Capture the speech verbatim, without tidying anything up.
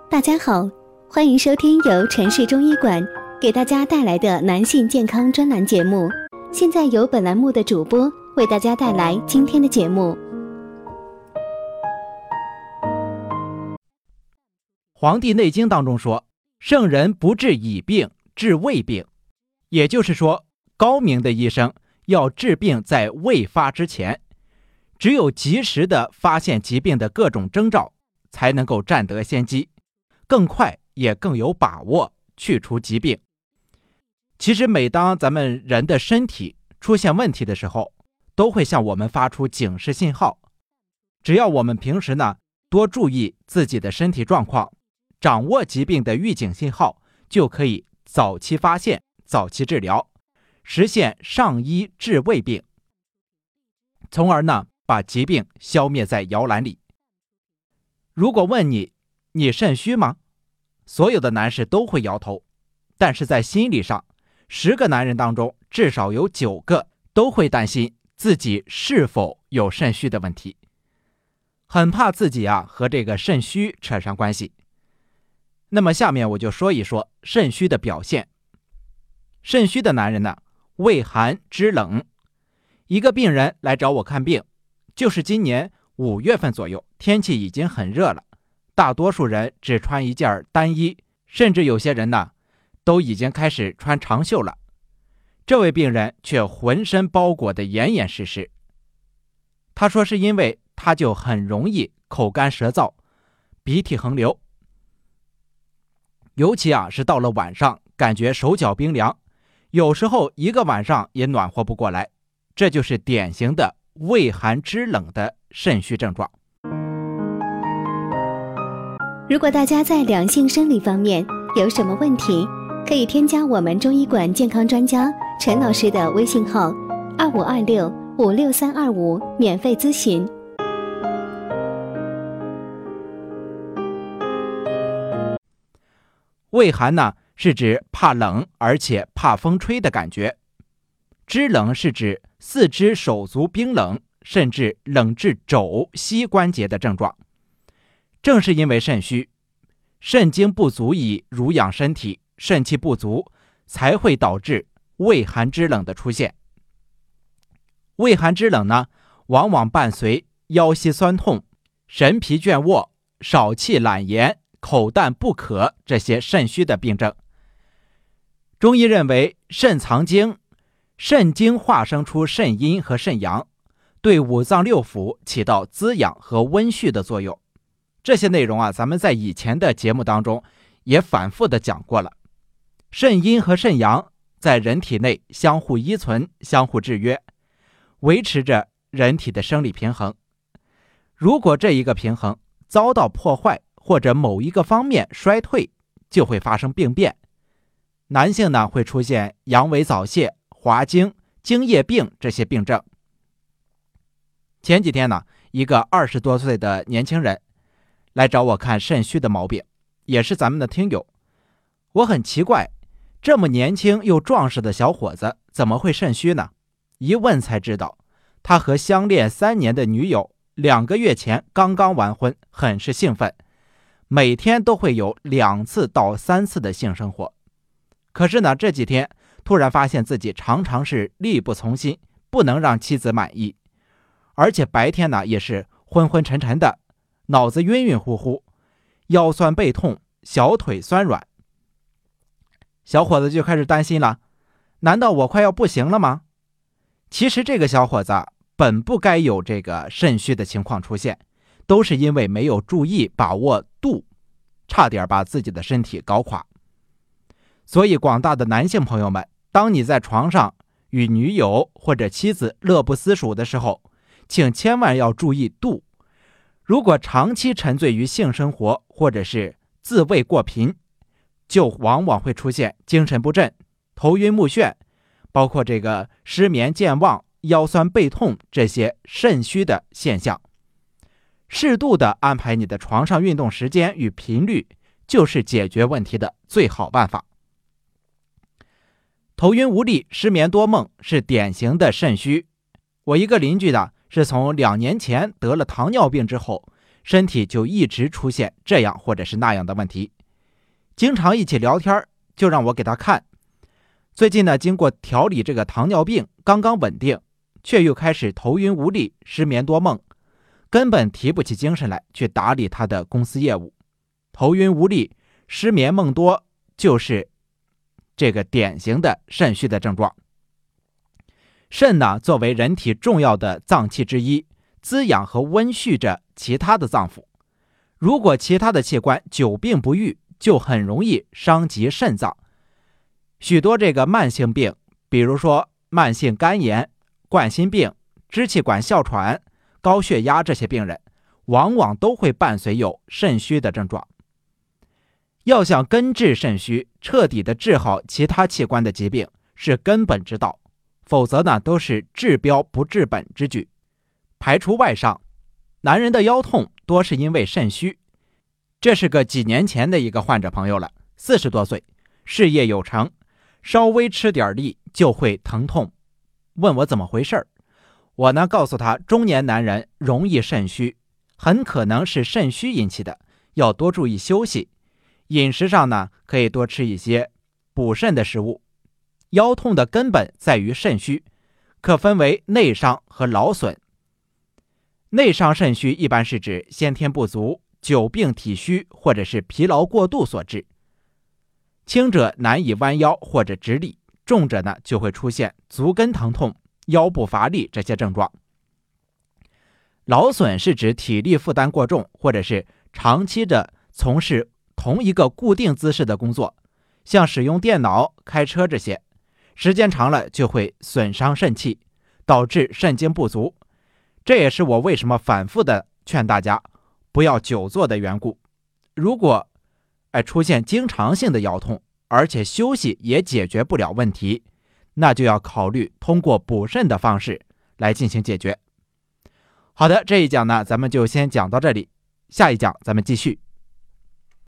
大家好，欢迎收听由城市中医馆给大家带来的男性健康专栏节目。现在由本栏目的主播为大家带来今天的节目。 黄帝内经当中说，圣人不治已病，治未病。也就是说，高明的医生要治病在未发之前，只有及时的发现疾病的各种征兆，才能够占得先机，更快也更有把握去除疾病。其实每当咱们人的身体出现问题的时候，都会向我们发出警示信号。只要我们平时呢多注意自己的身体状况，掌握疾病的预警信号，就可以早期发现，早期治疗，实现上医治未病，从而呢把疾病消灭在摇篮里。如果问你，你肾虚吗？所有的男士都会摇头，但是在心理上，十个男人当中至少有九个都会担心自己是否有肾虚的问题，很怕自己啊和这个肾虚扯上关系。那么下面我就说一说肾虚的表现。肾虚的男人呢，畏寒肢冷。一个病人来找我看病，就是今年五月份左右，天气已经很热了，大多数人只穿一件单衣，甚至有些人呢都已经开始穿长袖了。这位病人却浑身包裹得严严实实。他说是因为他就很容易口干舌燥，鼻涕横流，尤其啊是到了晚上，感觉手脚冰凉，有时候一个晚上也暖和不过来，这就是典型的畏寒肢冷的肾虚症状。 如果大家在两性生理方面有什么问题，可以添加我们中医馆健康专家陈老师的微信号二五二六五六三二五免费咨询。 畏寒呢，是指怕冷而且怕风吹的感觉。肢冷是指四肢手足冰冷，甚至冷至肘膝关节的症状。正是因为肾虚，肾精不足以濡养身体，肾气不足，才会导致畏寒肢冷的出现。畏寒肢冷呢，往往伴随腰膝酸痛、神疲倦卧、少气懒言、口淡不渴这些肾虚的病症。中医认为，肾藏精，肾精化生出肾阴和肾阳，对五脏六腑起到滋养和温煦的作用。这些内容啊，咱们在以前的节目当中也反复的讲过了。肾阴和肾阳在人体内相互依存，相互制约，维持着人体的生理平衡。如果这一个平衡遭到破坏，或者某一个方面衰退，就会发生病变。男性呢，会出现阳痿早泄、滑精、精液病这些病症。前几天呢，一个二十多岁的年轻人来找我看肾虚的毛病，也是咱们的听友。我很奇怪，这么年轻又壮实的小伙子怎么会肾虚呢？一问才知道，他和相恋三年的女友两个月前刚刚完婚，很是兴奋，每天都会有两次到三次的性生活。可是呢，这几天突然发现自己常常是力不从心，不能让妻子满意，而且白天呢也是昏昏沉沉的，脑子晕晕乎乎，腰酸背痛，小腿酸软。小伙子就开始担心了，难道我快要不行了吗？其实这个小伙子本不该有这个肾虚的情况出现，都是因为没有注意把握度，差点把自己的身体搞垮。所以广大的男性朋友们，当你在床上与女友或者妻子乐不思蜀的时候，请千万要注意度。如果长期沉醉于性生活，或者是自慰过频，就往往会出现精神不振、头晕目眩，包括这个失眠健忘、腰酸背痛这些肾虚的现象。适度的安排你的床上运动时间与频率，就是解决问题的最好办法。头晕无力、失眠多梦是典型的肾虚。我一个邻居呢，是从两年前得了糖尿病之后， 身体就一直出现这样或者是那样的问题。经常一起聊天，就让我给他看。最近呢，经过调理这个糖尿病刚刚稳定，却又开始头晕无力、失眠多梦，根本提不起精神来去打理他的公司业务。头晕无力、失眠梦多，就是这个典型的肾虚的症状。肾呢，作为人体重要的脏器之一，滋养和温煦着其他的脏腑。如果其他的器官久病不愈，就很容易伤及肾脏。许多这个慢性病，比如说慢性肝炎、冠心病、支气管哮喘、高血压，这些病人往往都会伴随有肾虚的症状。要想根治肾虚，彻底的治好其他器官的疾病是根本之道，否则呢都是治标不治本之举。排除外伤，男人的腰痛多是因为肾虚。这是个几年前的一个患者朋友了，四十多岁，事业有成，稍微吃点力就会疼痛，问我怎么回事。我呢告诉他，中年男人容易肾虚，很可能是肾虚引起的，要多注意休息。饮食上呢，可以多吃一些补肾的食物。腰痛的根本在于肾虚，可分为内伤和劳损。内伤肾虚一般是指先天不足、久病体虚或者是疲劳过度所致，轻者难以弯腰或者直立，重者呢就会出现足跟疼痛、腰部乏力这些症状。劳损是指体力负担过重，或者是长期的从事同一个固定姿势的工作，像使用电脑、开车这些，时间长了就会损伤肾气，导致肾精不足。这也是我为什么反复的劝大家不要久坐的缘故。如果哎出现经常性的腰痛，而且休息也解决不了问题，那就要考虑通过补肾的方式来进行解决。好的，这一讲呢咱们就先讲到这里，下一讲咱们继续。